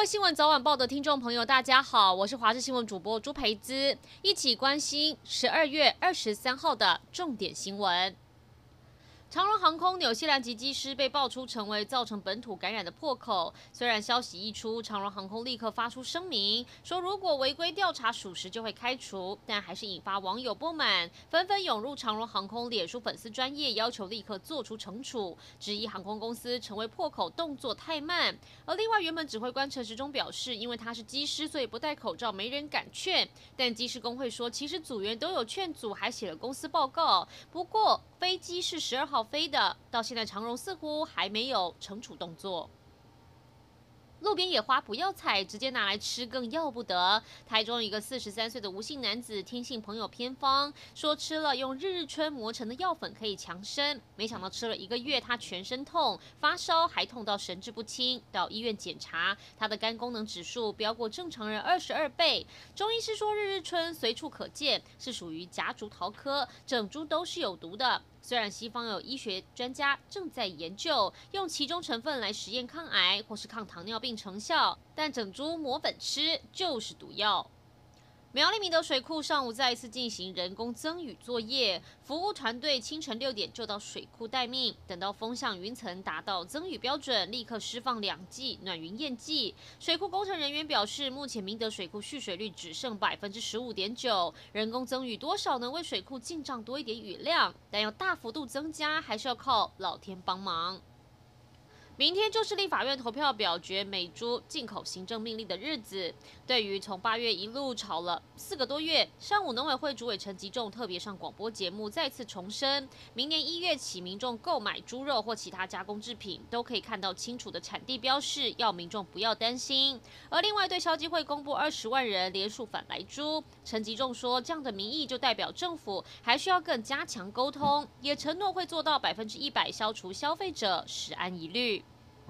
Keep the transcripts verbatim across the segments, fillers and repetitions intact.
新闻早晚报的听众朋友，大家好，我是华视新闻主播朱培姿，一起关心十二月二十三号的重点新闻。长荣航空纽西兰籍机师被爆出成为造成本土感染的破口。虽然消息一出，长荣航空立刻发出声明，说如果违规调查属实就会开除，但还是引发网友不满，纷纷涌入长荣航空脸书粉丝专页，要求立刻做出惩处，质疑航空公司成为破口动作太慢。而另外，原本指挥官陈时中表示，因为他是机师，所以不戴口罩，没人敢劝。但机师工会说，其实组员都有劝阻，还写了公司报告。不过，飞机是十二号飞的，到现在长荣似乎还没有惩处动作。路边野花不要采，直接拿来吃更要不得。台中一个四十三岁的吴姓男子听信朋友偏方，说吃了用日日春磨成的药粉可以强身，没想到吃了一个月，他全身痛、发烧，还痛到神志不清。到医院检查，他的肝功能指数飙过正常人二十二倍。中医师说，日日春随处可见，是属于夹竹桃科，整株都是有毒的。虽然西方有医学专家正在研究用其中成分来实验抗癌或是抗糖尿病成效，但整株磨粉吃就是毒药。苗栗明德水库上午再一次进行人工增雨作业，服务团队清晨六点就到水库待命，等到风向云层达到增雨标准，立刻释放两剂暖云验剂。水库工程人员表示，目前明德水库蓄水率只剩百分之十五点九，人工增雨多少能为水库进账多一点雨量，但要大幅度增加，还是要靠老天帮忙。明天就是立法院投票表决美猪进口行政命令的日子。对于从八月一路吵了四个多月，上午农委会主委陈吉仲特别上广播节目，再次重申，明年一月起，民众购买猪肉或其他加工制品，都可以看到清楚的产地标示，要民众不要担心。而另外，对消基会公布二十万人联署反来猪，陈吉仲说，这样的民意就代表政府还需要更加强沟通，也承诺会做到百分之一百消除消费者食安疑虑。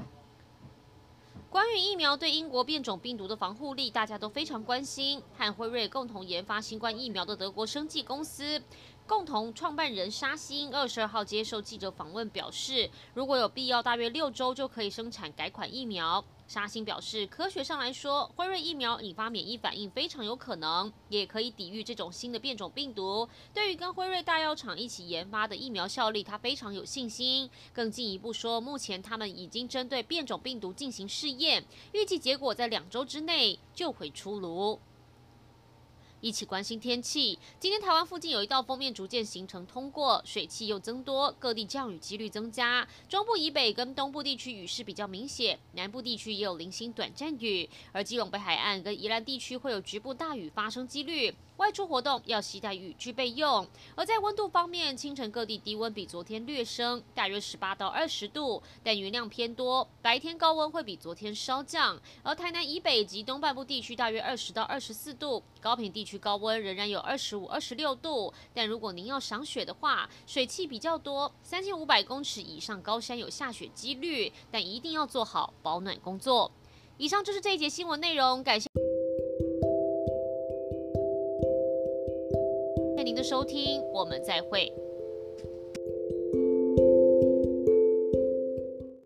关于疫苗对英国变种病毒的防护力，大家都非常关心。和辉瑞共同研发新冠疫苗的德国生技公司共同创办人沙欣二十二号接受记者访问表示，如果有必要，大约六周就可以生产改款疫苗。沙欣表示，科学上来说，辉瑞疫苗引发免疫反应非常有可能，也可以抵御这种新的变种病毒。对于跟辉瑞大药厂一起研发的疫苗效力，他非常有信心。更进一步说，目前他们已经针对变种病毒进行试验，预计结果在两周之内就会出炉。一起关心天气。今天台湾附近有一道锋面逐渐形成通过，水汽又增多，各地降雨几率增加。中部以北跟东部地区雨势比较明显，南部地区也有零星短暂雨，而基隆北海岸跟宜兰地区会有局部大雨发生几率。外出活动要携带雨具备用。而在温度方面，清晨各地低温比昨天略升，大约十八到二十度，但云量偏多，白天高温会比昨天稍降。而台南以北及东半部地区大约二十到二十四度，高屏地区高温仍然有二十五、二十六度。但如果您要赏雪的话，水汽比较多，三千五百公尺以上高山有下雪几率，但一定要做好保暖工作。以上就是这一节新闻内容，感谢您的收听，我们再会。